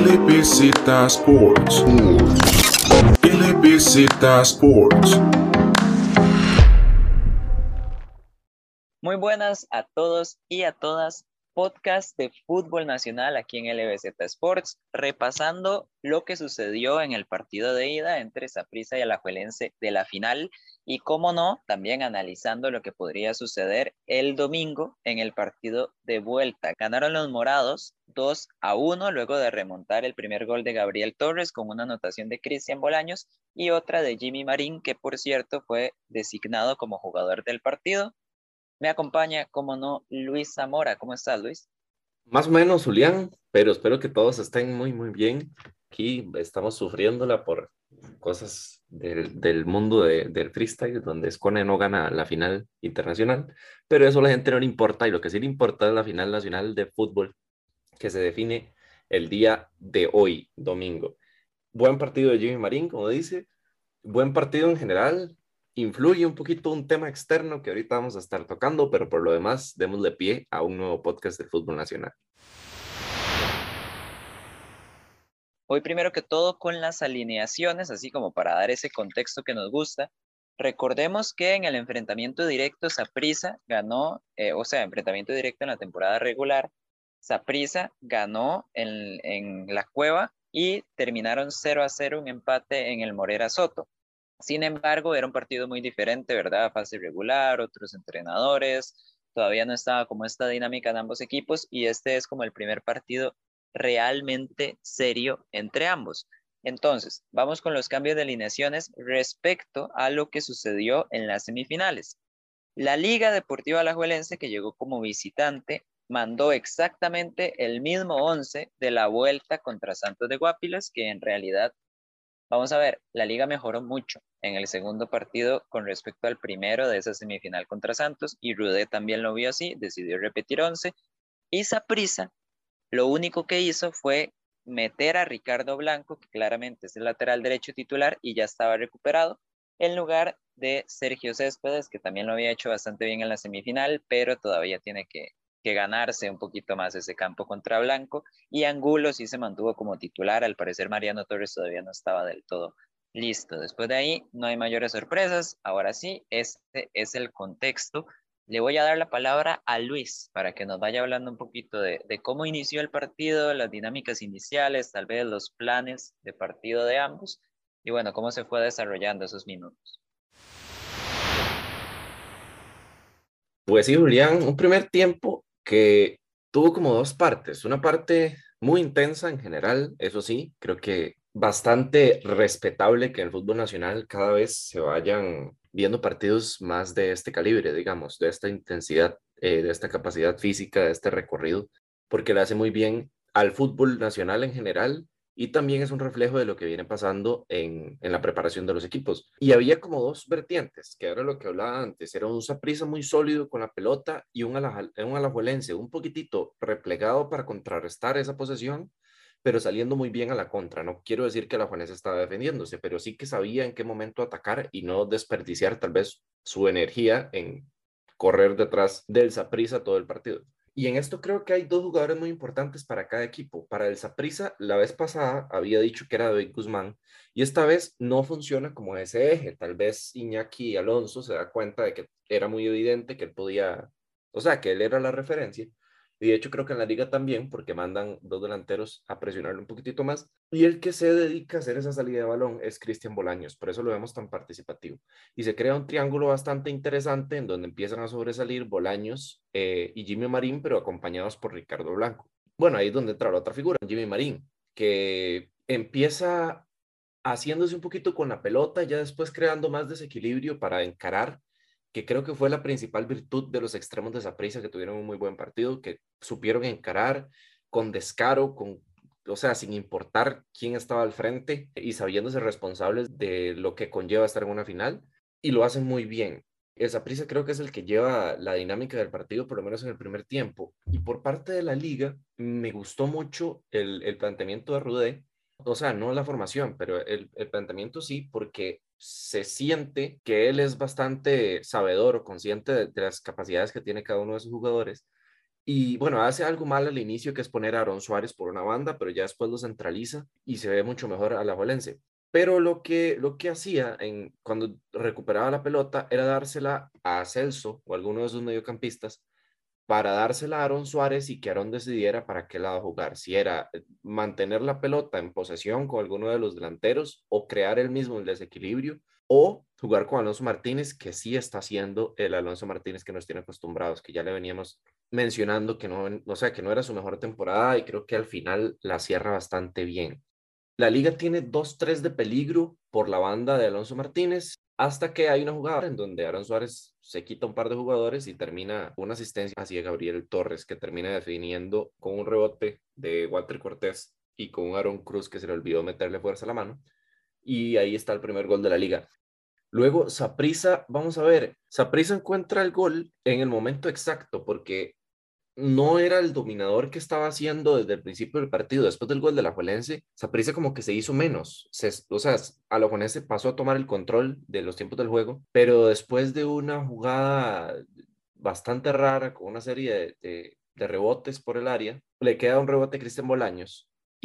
LBZ Sports. LBZ Sports. Muy buenas a todos y a todas. Podcast de fútbol nacional aquí en LBZ Sports, repasando lo que sucedió en el partido de ida entre Saprissa y Alajuelense de la final y, cómo no, también analizando lo que podría suceder el domingo en el partido de vuelta. Ganaron los morados 2-1 luego de remontar el primer gol de Gabriel Torres con una anotación de Cristian Bolaños y otra de Jimmy Marín, que por cierto fue designado como jugador del partido. Me acompaña, como no, Luis Zamora. ¿Cómo estás, Luis? Más o menos, Julián, pero espero que todos estén muy, muy bien. Aquí estamos sufriéndola por cosas del mundo del freestyle, donde Skone no gana la final internacional, pero eso a la gente no le importa, y lo que sí le importa es la final nacional de fútbol, que se define el día de hoy, domingo. Buen partido de Jimmy Marín, como dice, buen partido en general. Influye un poquito un tema externo que ahorita vamos a estar tocando, pero por lo demás, démosle pie a un nuevo podcast del fútbol nacional. Hoy, primero que todo, con las alineaciones, así como para dar ese contexto que nos gusta. Recordemos que en el enfrentamiento directo Saprissa ganó, enfrentamiento directo en la temporada regular, Saprissa ganó en la Cueva y terminaron 0-0, un empate en el Morera Soto. Sin embargo, era un partido muy diferente, ¿verdad? Fase regular, otros entrenadores, todavía no estaba como esta dinámica en ambos equipos y este es como el primer partido realmente serio entre ambos. Entonces, vamos con los cambios de alineaciones respecto a lo que sucedió en las semifinales. La Liga Deportiva Alajuelense, que llegó como visitante, mandó exactamente el mismo 11 de la vuelta contra Santos de Guapiles, que en realidad, vamos a ver, la liga mejoró mucho en el segundo partido con respecto al primero de esa semifinal contra Santos, y Rudé también lo vio así, decidió repetir 11, y Saprissa lo único que hizo fue meter a Ricardo Blanco, que claramente es el lateral derecho titular y ya estaba recuperado, en lugar de Sergio Céspedes, que también lo había hecho bastante bien en la semifinal, pero todavía tiene que ganarse un poquito más ese campo contra Blanco, y Angulo sí se mantuvo como titular. Al parecer Mariano Torres todavía no estaba del todo listo. Después de ahí no hay mayores sorpresas. Ahora sí, este es el contexto. Le voy a dar la palabra a Luis para que nos vaya hablando un poquito de cómo inició el partido, las dinámicas iniciales, tal vez los planes de partido de ambos y bueno, cómo se fue desarrollando esos minutos. Pues sí, Julián, un primer tiempo que tuvo como dos partes. Una parte muy intensa en general, eso sí, creo que bastante respetable que en el fútbol nacional cada vez se vayan viendo partidos más de este calibre, digamos, de esta intensidad, de esta capacidad física, de este recorrido, porque le hace muy bien al fútbol nacional en general y también es un reflejo de lo que viene pasando en la preparación de los equipos. Y había como dos vertientes, que era lo que hablaba antes, era un Saprissa muy sólido con la pelota y un Alajuelense un poquitito replegado para contrarrestar esa posesión, pero saliendo muy bien a la contra. No quiero decir que Alajuelense estaba defendiéndose, pero sí que sabía en qué momento atacar y no desperdiciar tal vez su energía en correr detrás del Saprissa todo el partido. Y en esto creo que hay dos jugadores muy importantes para cada equipo. Para el Saprissa, la vez pasada había dicho que era David Guzmán y esta vez no funciona como ese eje. Tal vez Iñaki Alonso se da cuenta de que era muy evidente que él podía, o sea, que él era la referencia. Y de hecho creo que en la liga también, porque mandan dos delanteros a presionarlo un poquitito más. Y el que se dedica a hacer esa salida de balón es Cristian Bolaños, por eso lo vemos tan participativo. Y se crea un triángulo bastante interesante en donde empiezan a sobresalir Bolaños y Jimmy Marín, pero acompañados por Ricardo Blanco. Bueno, ahí es donde entra la otra figura, Jimmy Marín, que empieza haciéndose un poquito con la pelota, ya después creando más desequilibrio para encarar, que creo que fue la principal virtud de los extremos de Saprissa, que tuvieron un muy buen partido, que supieron encarar con descaro, o sea, sin importar quién estaba al frente y sabiéndose responsables de lo que conlleva estar en una final, y lo hacen muy bien. El Saprissa creo que es el que lleva la dinámica del partido, por lo menos en el primer tiempo. Y por parte de la liga, me gustó mucho el planteamiento de Rudé, o sea, no la formación, pero el planteamiento sí, porque se siente que él es bastante sabedor o consciente de las capacidades que tiene cada uno de sus jugadores Y bueno, hace algo mal al inicio, que es poner a Aaron Suárez por una banda, pero ya después lo centraliza y se ve mucho mejor a la Alajuelense. Pero lo que hacía cuando recuperaba la pelota era dársela a Celso o alguno de sus mediocampistas para dársela a Aaron Suárez y que Aaron decidiera para qué lado jugar, si era mantener la pelota en posesión con alguno de los delanteros o crear él mismo el desequilibrio o jugar con Alonso Martínez, que sí está haciendo el Alonso Martínez que nos tiene acostumbrados, que ya le veníamos mencionando que no, o sea, que no era su mejor temporada y creo que al final la cierra bastante bien. La liga tiene 2-3 de peligro por la banda de Alonso Martínez, hasta que hay una jugada en donde Aaron Suárez se quita un par de jugadores y termina una asistencia hacia Gabriel Torres, que termina definiendo con un rebote de Walter Cortés y con un Aaron Cruz que se le olvidó meterle fuerza a la mano. Y ahí está el primer gol de la liga. Luego, Saprissa, vamos a ver, Saprissa encuentra el gol en el momento exacto, porque no era el dominador que estaba haciendo desde el principio del partido. Después del gol de la Juelense, Saprissa como que se hizo menos. O sea, a la Juelense pasó a tomar el control de los tiempos del juego, pero después de una jugada bastante rara, con una serie de rebotes por el área, le queda un rebote a Cristian Bolaños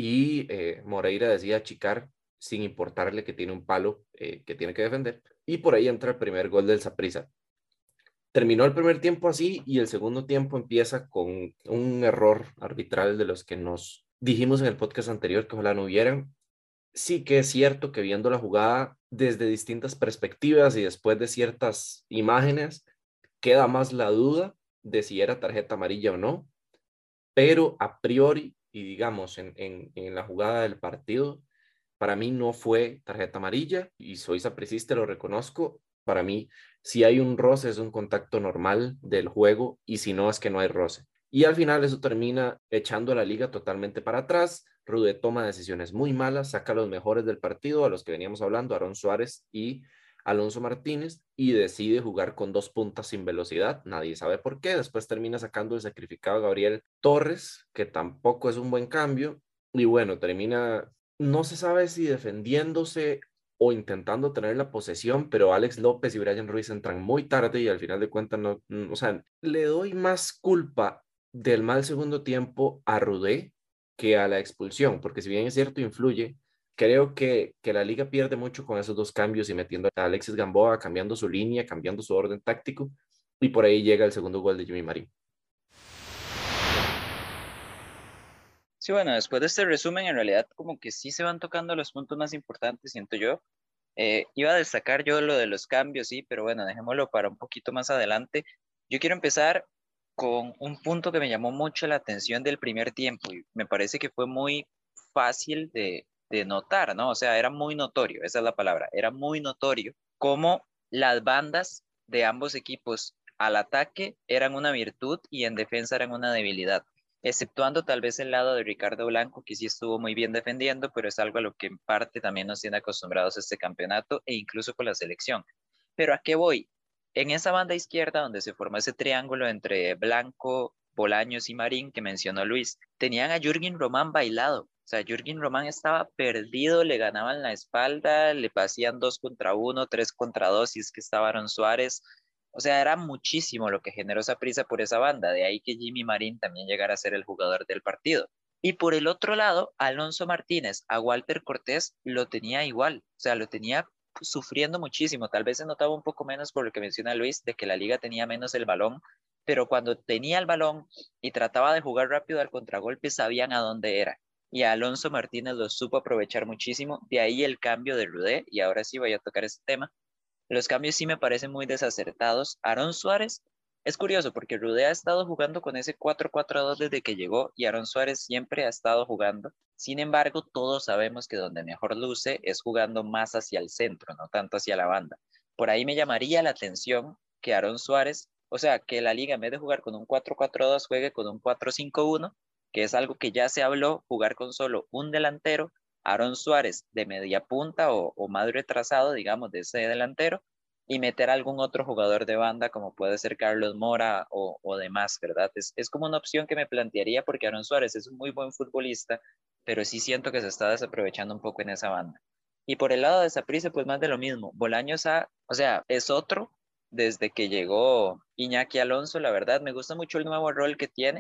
y Moreira decide achicar sin importarle que tiene un palo que tiene que defender. Y por ahí entra el primer gol del Saprissa. Terminó el primer tiempo así y el segundo tiempo empieza con un error arbitral de los que nos dijimos en el podcast anterior que ojalá no hubieran. Sí que es cierto que viendo la jugada desde distintas perspectivas y después de ciertas imágenes, queda más la duda de si era tarjeta amarilla o no, pero a priori y digamos en la jugada del partido, para mí no fue tarjeta amarilla y soy sapricista, lo reconozco. Para mí, si hay un roce, es un contacto normal del juego y si no, es que no hay roce. Y al final eso termina echando a la liga totalmente para atrás. Rude toma decisiones muy malas, saca a los mejores del partido, a los que veníamos hablando, Aaron Suárez y Alonso Martínez, y decide jugar con dos puntas sin velocidad. Nadie sabe por qué. Después termina sacando el sacrificado Gabriel Torres, que tampoco es un buen cambio. Y bueno, termina, no se sabe si defendiéndose o intentando tener la posesión, pero Alex López y Brian Ruiz entran muy tarde y al final de cuentas no, o sea, le doy más culpa del mal segundo tiempo a Rudé que a la expulsión, porque si bien es cierto influye, creo que la liga pierde mucho con esos dos cambios y metiendo a Alexis Gamboa, cambiando su línea, cambiando su orden táctico, y por ahí llega el segundo gol de Jimmy Marín. Sí, bueno, después de este resumen, en realidad como que sí se van tocando los puntos más importantes, siento yo. Iba a destacar yo lo de los cambios, sí, pero bueno, dejémoslo para un poquito más adelante. Yo quiero empezar con un punto que me llamó mucho la atención del primer tiempo y me parece que fue muy fácil de notar, ¿no? O sea, era muy notorio, esa es la palabra, era muy notorio cómo las bandas de ambos equipos al ataque eran una virtud y en defensa eran una debilidad, exceptuando tal vez el lado de Ricardo Blanco, que sí estuvo muy bien defendiendo, pero es algo a lo que en parte también nos tiene acostumbrados a este campeonato e incluso con la selección. Pero ¿a qué voy? En esa banda izquierda, donde se formó ese triángulo entre Blanco, Bolaños y Marín que mencionó Luis, tenían a Jürgen Román bailado. O sea, Jürgen Román estaba perdido, le ganaban la espalda, le pasían 2 contra 1, 3 contra 2, si es que estaba Aaron Suárez. O sea, era muchísimo lo que generó esa prisa por esa banda, de ahí que Jimmy Marín también llegara a ser el jugador del partido. Y por el otro lado, Alonso Martínez a Walter Cortés lo tenía igual, o sea, lo tenía sufriendo muchísimo. Tal vez se notaba un poco menos por lo que menciona Luis, de que la liga tenía menos el balón, pero cuando tenía el balón y trataba de jugar rápido al contragolpe, sabían a dónde era. Y Alonso Martínez lo supo aprovechar muchísimo, de ahí el cambio de Rudé, y ahora sí voy a tocar este tema. Los cambios sí me parecen muy desacertados. Aaron Suárez es curioso porque Rudé ha estado jugando con ese 4-4-2 desde que llegó y Aaron Suárez siempre ha estado jugando. Sin embargo, todos sabemos que donde mejor luce es jugando más hacia el centro, no tanto hacia la banda. Por ahí me llamaría la atención que Aaron Suárez, o sea, que la liga en vez de jugar con un 4-4-2 juegue con un 4-5-1, que es algo que ya se habló, jugar con solo un delantero, Aaron Suárez de media punta o más retrasado, digamos, de ese delantero, y meter a algún otro jugador de banda, como puede ser Carlos Mora o demás, ¿verdad? Es como una opción que me plantearía porque Aaron Suárez es un muy buen futbolista, pero sí siento que se está desaprovechando un poco en esa banda. Y por el lado de Saprissa, pues más de lo mismo. Bolaños, o sea, es otro desde que llegó Iñaki Alonso, la verdad, me gusta mucho el nuevo rol que tiene,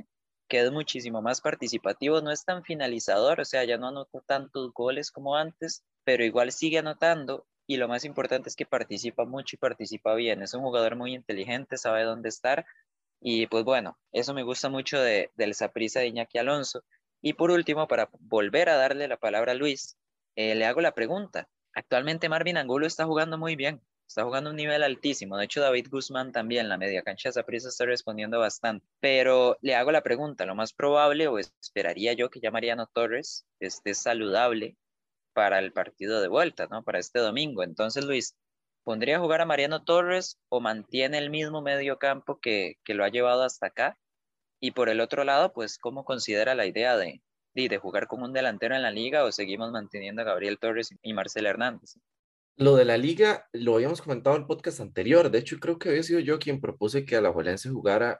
que es muchísimo más participativo, no es tan finalizador, o sea, ya no anota tantos goles como antes, pero igual sigue anotando y lo más importante es que participa mucho y participa bien. Es un jugador muy inteligente, sabe dónde estar y pues bueno, eso me gusta mucho del Saprissa de Iñaki Alonso. Y por último, para volver a darle la palabra a Luis, le hago la pregunta. Actualmente Marvin Angulo está jugando muy bien, está jugando a un nivel altísimo. De hecho, David Guzmán también, la media cancha de Saprissa está respondiendo bastante. Pero le hago la pregunta, lo más probable o esperaría yo que ya Mariano Torres esté saludable para el partido de vuelta, ¿no? Para este domingo. Entonces, Luis, ¿pondría a jugar a Mariano Torres o mantiene el mismo medio campo que lo ha llevado hasta acá? Y por el otro lado, pues, ¿cómo considera la idea de jugar como un delantero en la liga o seguimos manteniendo a Gabriel Torres y Marcel Hernández? Lo de la liga lo habíamos comentado en el podcast anterior. De hecho, creo que había sido yo quien propuse que Alajuelense jugara.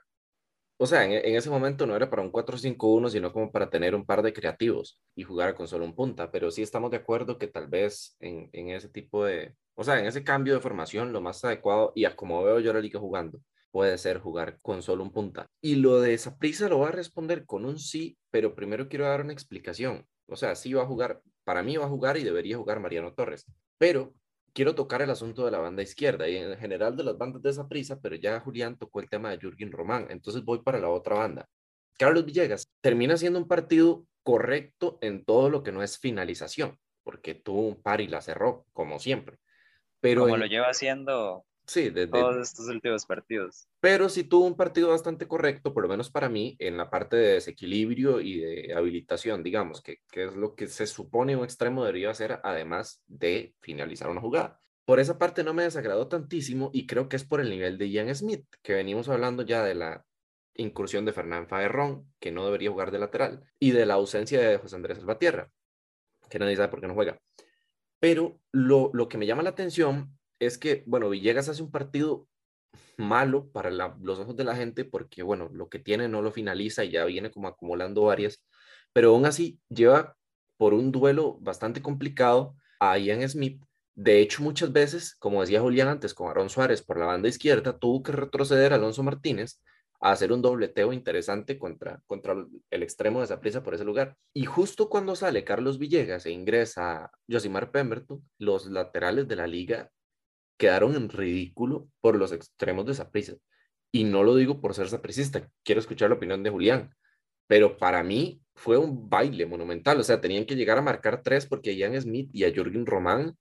O sea, en ese momento no era para un 4-5-1, sino como para tener un par de creativos y jugar con solo un punta. Pero sí estamos de acuerdo que tal vez en ese tipo de, o sea, en ese cambio de formación, lo más adecuado, y a como veo yo la liga jugando, puede ser jugar con solo un punta. Y lo de Saprissa lo voy a responder con un sí, pero primero quiero dar una explicación. O sea, sí va a jugar, para mí va a jugar y debería jugar Mariano Torres. Pero quiero tocar el asunto de la banda izquierda y en general de las bandas de Saprissa, pero ya Julián tocó el tema de Jürgen Román, entonces voy para la otra banda. Carlos Villegas termina siendo un partido correcto en todo lo que no es finalización, porque tuvo un par y la cerró, como siempre. Pero Como lo en, lleva haciendo sí, todos estos últimos partidos. pero sí tuvo un partido bastante correcto, por lo menos para mí, en la parte de desequilibrio y de habilitación, digamos, que es lo que se supone un extremo debería hacer, además de finalizar una jugada. Por esa parte no me desagradó tantísimo y creo que es por el nivel de Ian Smith, que venimos hablando ya de la incursión de Fernán Faerrón, que no debería jugar de lateral, y de la ausencia de José Andrés Salvatierra, que nadie sabe por qué no juega. Pero lo que me llama la atención es que, bueno, Villegas hace un partido malo para los ojos de la gente porque, bueno, lo que tiene no lo finaliza y ya viene como acumulando varias, pero aún así lleva por un duelo bastante complicado a Ian Smith. De hecho, muchas veces, como decía Julián antes, con Aaron Suárez por la banda izquierda, tuvo que retroceder a Alonso Martínez a hacer un dobleteo interesante contra el extremo de Saprissa por ese lugar. Y justo cuando sale Carlos Villegas e ingresa Josimar Pemberton, los laterales de la liga quedaron en ridículo por los extremos de Saprissa. Y no lo digo por ser sapricista, quiero escuchar la opinión de Julián, pero para mí fue un baile monumental, o sea, tenían que llegar a marcar tres porque a Ian Smith y a Jürgen Román,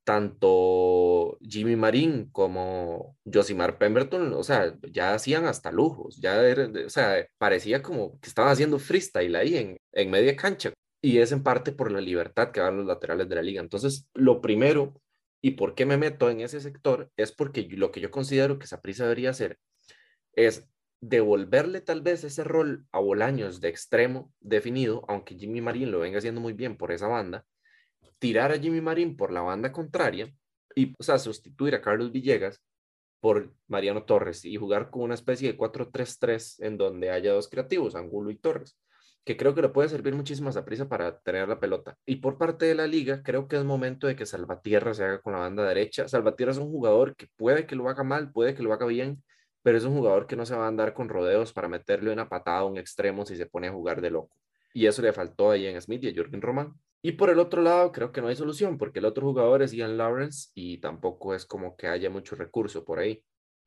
tanto Jimmy Marín como Josimar Pemberton, o sea, ya hacían hasta lujos, o sea, parecía como que estaban haciendo freestyle ahí en media cancha. Y es en parte por la libertad que dan los laterales de la liga. Entonces, lo primero ¿y por qué me meto en ese sector? Es porque lo que yo considero que Saprissa debería hacer es devolverle tal vez ese rol a Bolaños de extremo definido, aunque Jimmy Marín lo venga haciendo muy bien por esa banda, tirar a Jimmy Marín por la banda contraria y, o sea, sustituir a Carlos Villegas por Mariano Torres y jugar con una especie de 4-3-3 en donde haya dos creativos, Angulo y Torres, que creo que le puede servir muchísimo a Saprissa para tener la pelota. Y por parte de la liga, creo que es momento de que Salvatierra se haga con la banda derecha. Salvatierra es un jugador que puede que lo haga mal, puede que lo haga bien, pero es un jugador que no se va a andar con rodeos para meterle una patada a un extremo si se pone a jugar de loco. Y eso le faltó a Ian Smith y a Jürgen Román. Y por el otro lado, creo que no hay solución, porque el otro jugador es Ian Lawrence y tampoco es como que haya mucho recurso por ahí.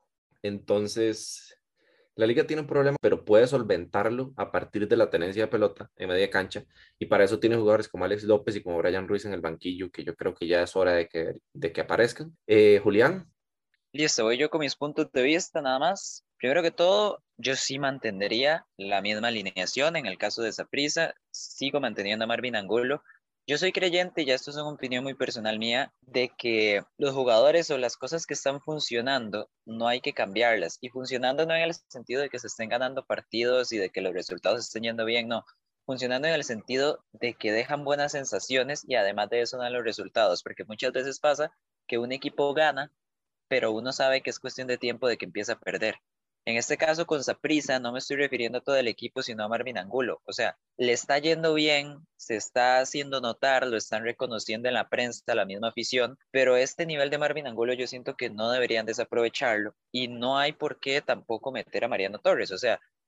Entonces, la liga tiene un problema, pero puede solventarlo a partir de la tenencia de pelota en media cancha. Y para eso tiene jugadores como Alex López y como Brian Ruiz en el banquillo, que yo creo que ya es hora de que aparezcan. Julián, Listo, voy yo con mis puntos de vista nada más. Primero que todo, yo sí mantendría la misma alineación en el caso de Saprissa, sigo manteniendo a Marvin Angulo. Yo soy creyente, y ya esto es una opinión muy personal mía, de que los jugadores o las cosas que están funcionando no hay que cambiarlas. Y funcionando no en el sentido de que se estén ganando partidos y de que los resultados estén yendo bien, no. Funcionando en el sentido de que dejan buenas sensaciones y además de eso dan los resultados, porque muchas veces pasa que un equipo gana pero uno sabe que es cuestión de tiempo de que empieza a perder. En este caso con Saprissa no me estoy refiriendo a todo el equipo, sino a Marvin Angulo. O sea, le está yendo bien, se está haciendo notar, lo están reconociendo en la prensa, la misma afición, pero este nivel de Marvin Angulo yo siento que no deberían desaprovecharlo y no hay por qué tampoco meter a Mariano Torres. O sea,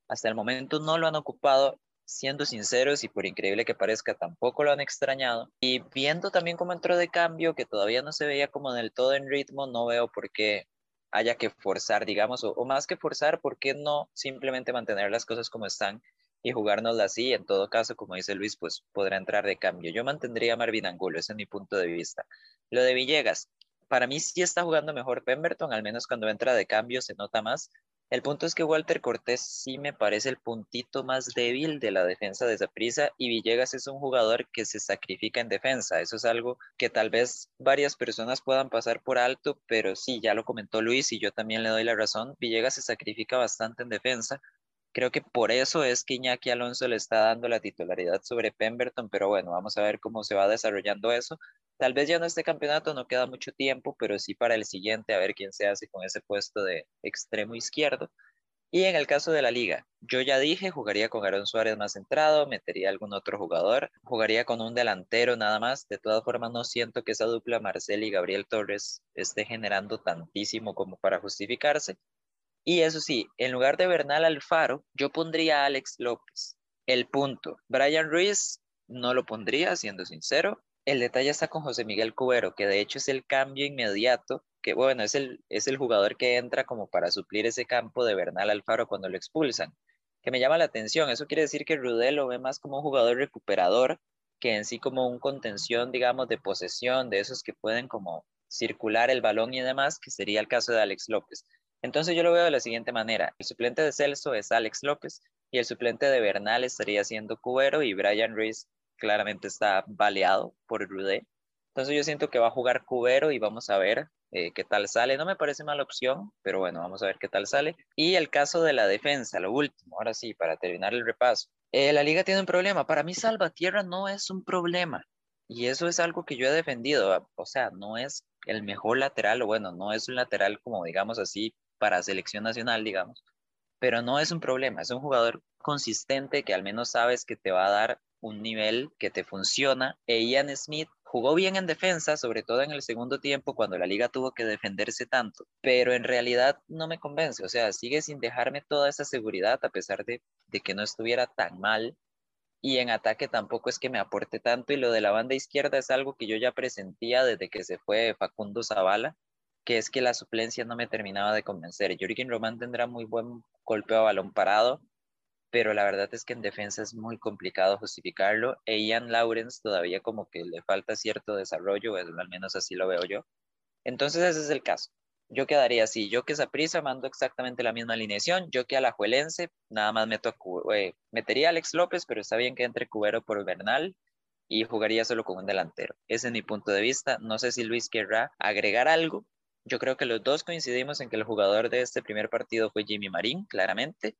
Hasta el momento no lo han ocupado, siendo sinceros, y por increíble que parezca, tampoco lo han extrañado. Y viendo también cómo entró de cambio, que todavía no se veía como del todo en ritmo, no veo por qué haya que forzar, digamos, o más que forzar, ¿por qué no simplemente mantener las cosas como están y jugárnosla así? En todo caso, como dice Luis, pues podrá entrar de cambio. Yo mantendría a Marvin Angulo, ese es mi punto de vista. Lo de Villegas, para mí sí está jugando mejor Pemberton, al menos cuando entra de cambio se nota más. El punto es que Walter Cortés sí me parece el puntito más débil de la defensa de Saprissa, y Villegas es un jugador que se sacrifica en defensa. Eso es algo que tal vez varias personas puedan pasar por alto, pero sí, ya lo comentó Luis y yo también le doy la razón. Villegas se sacrifica bastante en defensa. Creo que por eso es que Iñaki Alonso le está dando la titularidad sobre Pemberton, pero bueno, vamos a ver cómo se va desarrollando eso. Tal vez ya no este campeonato, no queda mucho tiempo, pero sí para el siguiente, a ver quién se hace con ese puesto de extremo izquierdo. Y en el caso de la liga, yo ya dije, jugaría con Aaron Suárez más centrado, metería algún otro jugador, jugaría con un delantero nada más. De todas formas, no siento que esa dupla Marcel y Gabriel Torres esté generando tantísimo como para justificarse. Y eso sí, en lugar de Bernal Alfaro, yo pondría a Alex López. El punto. Brian Ruiz no lo pondría, siendo sincero. El detalle está con José Miguel Cubero, que de hecho es el cambio inmediato, que bueno, es el jugador que entra como para suplir ese campo de Bernal Alfaro cuando lo expulsan, que me llama la atención. Eso quiere decir que Rudel lo ve más como un jugador recuperador que en sí como un contención, digamos, de posesión, de esos que pueden como circular el balón y demás, que sería el caso de Alex López. Entonces yo lo veo de la siguiente manera. El suplente de Celso es Alex López y el suplente de Bernal estaría siendo Cubero, y Brian Ruiz claramente está baleado por Rudé. Entonces yo siento que va a jugar Cubero y vamos a ver qué tal sale. No me parece mala opción, pero bueno, vamos a ver qué tal sale. Y el caso de la defensa, lo último, ahora sí, para terminar el repaso. La liga tiene un problema. Para mí Salvatierra no es un problema. Y eso es algo que yo he defendido. O sea, no es el mejor lateral, o bueno, no es un lateral como digamos así para selección nacional, digamos, pero no es un problema, es un jugador consistente que al menos sabes que te va a dar un nivel que te funciona. Ian Smith jugó bien en defensa, sobre todo en el segundo tiempo cuando la liga tuvo que defenderse tanto, pero en realidad no me convence, o sea, sigue sin dejarme toda esa seguridad a pesar de que no estuviera tan mal. Y en ataque tampoco es que me aporte tanto, y lo de la banda izquierda es algo que yo ya presentía desde que se fue Facundo Zavala, que es que la suplencia no me terminaba de convencer. Jürgen Román tendrá muy buen golpe a balón parado, pero la verdad es que en defensa es muy complicado justificarlo. Ian Lawrence todavía como que le falta cierto desarrollo, al menos así lo veo yo. Entonces ese es el caso. Yo quedaría así. Yo que Saprissa mando exactamente la misma alineación. Yo que Alajuelense nada más metería a Alex López, pero está bien que entre Cubero por Bernal, y jugaría solo con un delantero. Ese es mi punto de vista. No sé si Luis querrá agregar algo. Yo creo que los dos coincidimos en que el jugador de este primer partido fue Jimmy Marín, claramente.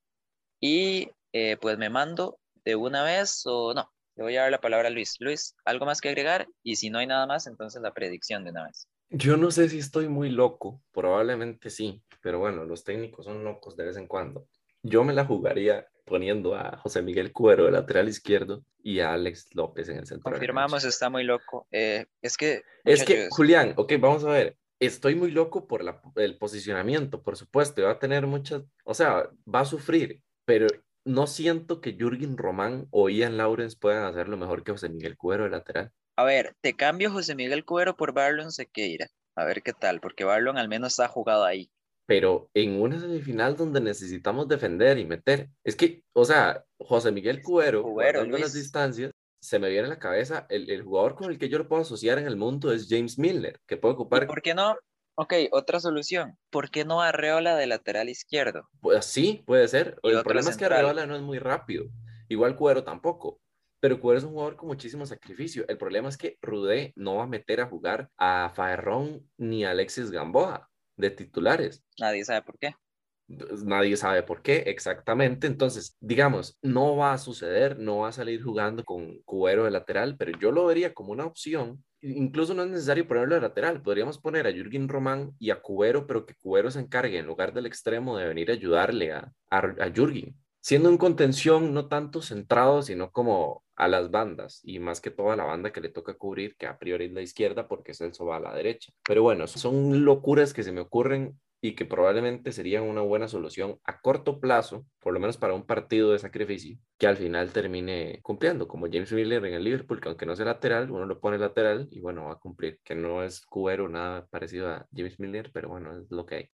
Y pues me mando de una vez o no. Le voy a dar la palabra a Luis. Luis, ¿algo más que agregar? Y si no hay nada más, entonces la predicción de una vez. Yo no sé si estoy muy loco, probablemente sí, pero bueno, los técnicos son locos de vez en cuando. Yo me la jugaría poniendo a José Miguel Cuero de lateral izquierdo y a Alex López en el centro de la cancha. Confirmamos, está muy loco. Es que, Es que, muchachos, Julián, ok, vamos a ver. Estoy muy loco por el posicionamiento, por supuesto, y va a tener muchas, o sea, va a sufrir, pero no siento que Jürgen Román o Ian Lawrence puedan hacerlo mejor que José Miguel Cuero de lateral. a ver, te cambio José Miguel Cuero por Barlon Sequeira. A ver qué tal, porque Barlon al menos ha jugado ahí. Pero en una semifinal donde necesitamos defender y meter, es que, o sea, José Miguel Cuero, Cubero, guardando las Luis. distancias, se me viene a la cabeza, el jugador con el que yo lo puedo asociar en el mundo es James Milner, que puede ¿Y ocupar. por qué no? Ok, otra solución. ¿Por qué no Arreola de lateral izquierdo Pues sí, puede ser. y El otro problema es que central? Arreola no es muy rápido. Igual Cuero tampoco. Pero Cuero es un jugador con muchísimo sacrificio. El problema es que Rudé no va a meter a jugar a Faerrón ni a Alexis Gamboa de titulares. Nadie sabe por qué. Pues, nadie sabe por qué exactamente. Entonces, digamos, no va a suceder, no va a salir jugando con Cuero de lateral, pero yo lo vería como una opción. Incluso no es necesario ponerlo de lateral, podríamos poner a Jürgen Román y a Cubero, pero que Cubero se encargue en lugar del extremo de venir a ayudarle a Jürgen, siendo un contención no tanto centrado, sino como a las bandas y más que todo a la banda que le toca cubrir, que a priori es la izquierda porque Celso va a la derecha. Pero bueno, son locuras que se me ocurren y que probablemente serían una buena solución a corto plazo, por lo menos para un partido de sacrificio, que al final termine cumpliendo, como James Miller en el Liverpool, que aunque no sea lateral, uno lo pone lateral y bueno, va a cumplir, que no es cubero nada parecido a James Miller, pero bueno, es lo que hay.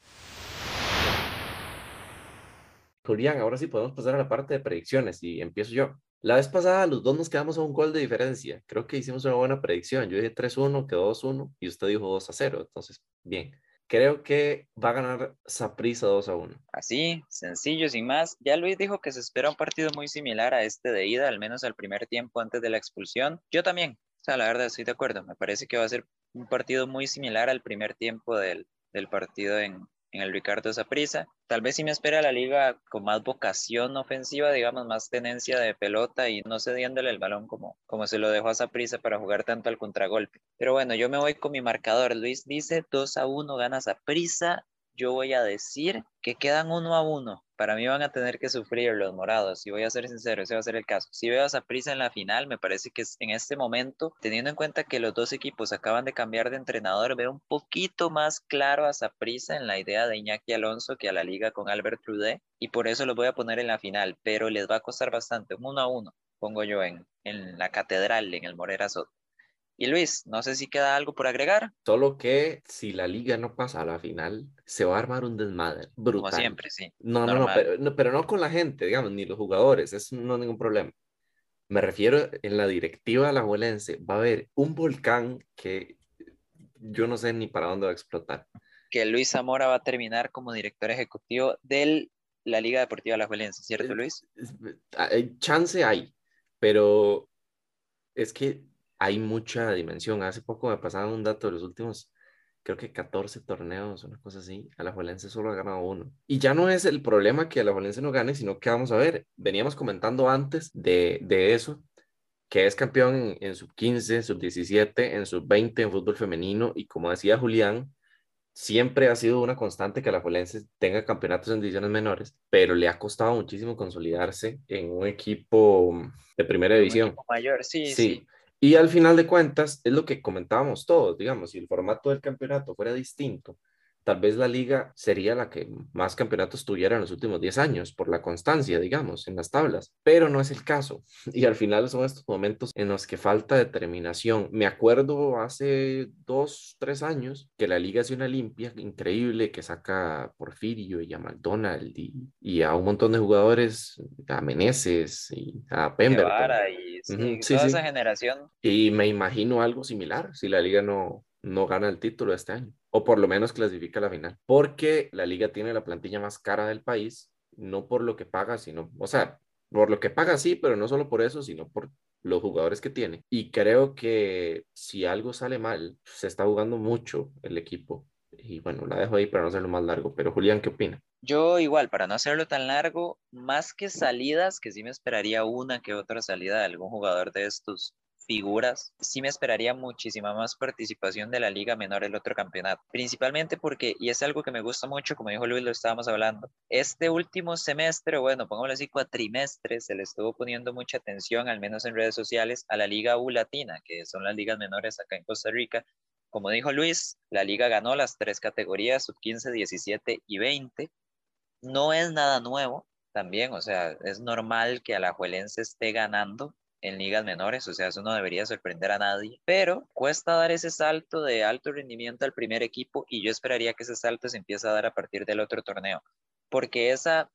Julián, ahora sí podemos pasar a la parte de predicciones y empiezo yo. La vez pasada los dos nos quedamos a un gol de diferencia. Creo que hicimos una buena predicción. Yo dije 3-1, quedó 2-1 y usted dijo 2-0. Entonces, bien. Creo que va a ganar Saprissa 2-1. Así, sencillo, sin más. Ya Luis dijo que se espera un partido muy similar a este de ida, al menos al primer tiempo antes de la expulsión. Yo también, o sea, la verdad estoy de acuerdo. Me parece que va a ser un partido muy similar al primer tiempo del partido en el Ricardo Saprissa. Tal vez sí me espera la liga con más vocación ofensiva, digamos, más tenencia de pelota y no cediéndole el balón como se lo dejó a Saprissa para jugar tanto al contragolpe. Pero bueno, yo me voy con mi marcador. Luis dice 2-1 gana Saprissa. Yo voy a decir que quedan 1-1. Para mí van a tener que sufrir los morados. Y voy a ser sincero, ese va a ser el caso. Si veo a Saprissa en la final, me parece que en este momento, teniendo en cuenta que los dos equipos acaban de cambiar de entrenador, veo un poquito más claro a Saprissa en la idea de Iñaki Alonso que a la liga con Albert Trudé. Y por eso los voy a poner en la final. Pero les va a costar bastante. 1-1 pongo yo en la catedral, en el Morera Soto. Y Luis, no sé si queda algo por agregar. Solo que si la liga no pasa a la final, se va a armar un desmadre Como brutal. siempre, sí. No, no, no, Normal. pero no con la gente, digamos, ni los jugadores, eso no es ningún problema. Me refiero en la directiva alajuelense, va a haber un volcán que yo no sé ni para dónde va a explotar. Que Luis Zamora va a terminar como director ejecutivo de la Liga Deportiva Alajuelense, ¿cierto, Luis? Chance hay, pero es que hay mucha dimensión. Hace poco me pasaban un dato de los últimos, creo que 14 torneos, una cosa así. Alajuelense solo ha ganado uno. Y ya no es el problema que Alajuelense no gane, sino que vamos a ver, veníamos comentando antes de eso, que es campeón en sub 15, sub 17, en sub 20 en fútbol femenino, y como decía Julián, siempre ha sido una constante que Alajuelense tenga campeonatos en divisiones menores, pero le ha costado muchísimo consolidarse en un equipo de primera Un división. equipo mayor, sí, sí. Sí, y al final de cuentas es lo que comentábamos todos, digamos, si el formato del campeonato fuera distinto, tal vez la liga sería la que más campeonatos tuviera en los últimos 10 años, por la constancia, digamos, en las tablas, pero no es el caso. Y al final son estos momentos en los que falta determinación. Me acuerdo hace 2, 3 años que la liga hace una limpia increíble que saca a Porfirio y a McDonald y a un montón de jugadores, a Meneses y a Pemberton. Guevara y Ujú, sí, sí, toda esa sí. generación. Y me imagino algo similar si la liga no gana el título este año, o por lo menos clasifica a la final, porque la liga tiene la plantilla más cara del país, no por lo que paga, sino, o sea, por lo que paga sí, pero no solo por eso, sino por los jugadores que tiene. Y creo que si algo sale mal, se está jugando mucho el equipo. Y bueno, la dejo ahí para no hacerlo más largo, pero Julián, ¿qué opina? Yo igual, para no hacerlo tan largo, más que salidas, que sí me esperaría una que otra salida de algún jugador de estos figuras, sí me esperaría muchísima más participación de la Liga Menor el otro campeonato. Principalmente porque, y es algo que me gusta mucho, como dijo Luis, lo estábamos hablando, este último semestre, bueno, pongámoslo así, cuatrimestre, se le estuvo poniendo mucha atención, al menos en redes sociales, a la Liga U Latina, que son las ligas menores acá en Costa Rica. Como dijo Luis, la liga ganó las tres categorías, sub 15, 17 y 20. No es nada nuevo también, o sea, es normal que Alajuelense esté ganando en ligas menores, o sea, eso no debería sorprender a nadie, pero cuesta dar ese salto de alto rendimiento al primer equipo y yo esperaría que ese salto se empiece a dar a partir del otro torneo, porque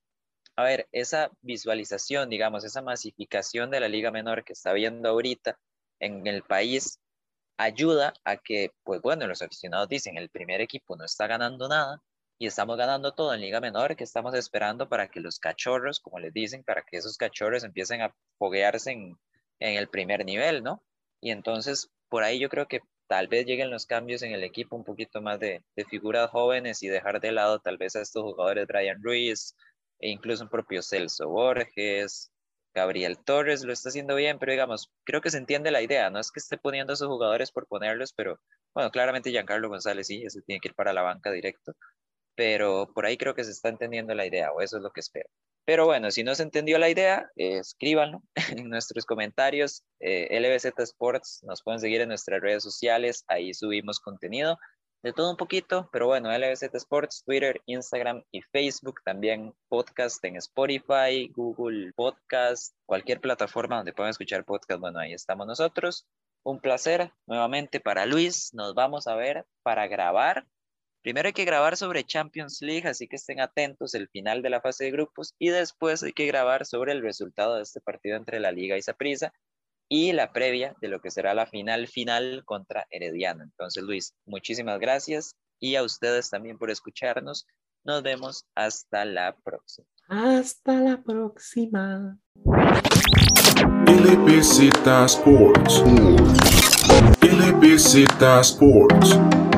a ver, esa visualización, digamos, esa masificación de la liga menor que está viendo ahorita en el país ayuda a que, pues bueno, los aficionados dicen, el primer equipo no está ganando nada y estamos ganando todo en Liga Menor, que estamos esperando para que los cachorros, como les dicen, para que esos cachorros empiecen a foguearse en el primer nivel, ¿no? Y entonces, por ahí yo creo que tal vez lleguen los cambios en el equipo, un poquito más de figuras jóvenes y dejar de lado tal vez a estos jugadores, Brian Ruiz, e incluso un propio Celso Borges, Gabriel Torres lo está haciendo bien, pero digamos, creo que se entiende la idea. No es que esté poniendo a sus jugadores por ponerlos, pero bueno, claramente Giancarlo González sí, ese tiene que ir para la banca directo, pero por ahí creo que se está entendiendo la idea, o eso es lo que espero. Pero bueno, si no se entendió la idea, escríbanlo en nuestros comentarios. LBZ Sports, nos pueden seguir en nuestras redes sociales, ahí subimos contenido. de todo un poquito, pero bueno, LBZ Sports, Twitter, Instagram y Facebook, también podcast en Spotify, Google Podcast, cualquier plataforma donde puedan escuchar podcast, bueno, ahí estamos nosotros. Un placer nuevamente para Luis, nos vamos a ver para grabar. Primero hay que grabar sobre Champions League, así que estén atentos el final de la fase de grupos y después hay que grabar sobre el resultado de este partido entre la Liga y Saprissa y la previa de lo que será la final contra Herediano. Entonces, Luis, muchísimas gracias y a ustedes también por escucharnos. Nos vemos hasta la próxima. Hasta la próxima. LBZ Sports. LBZ Sports.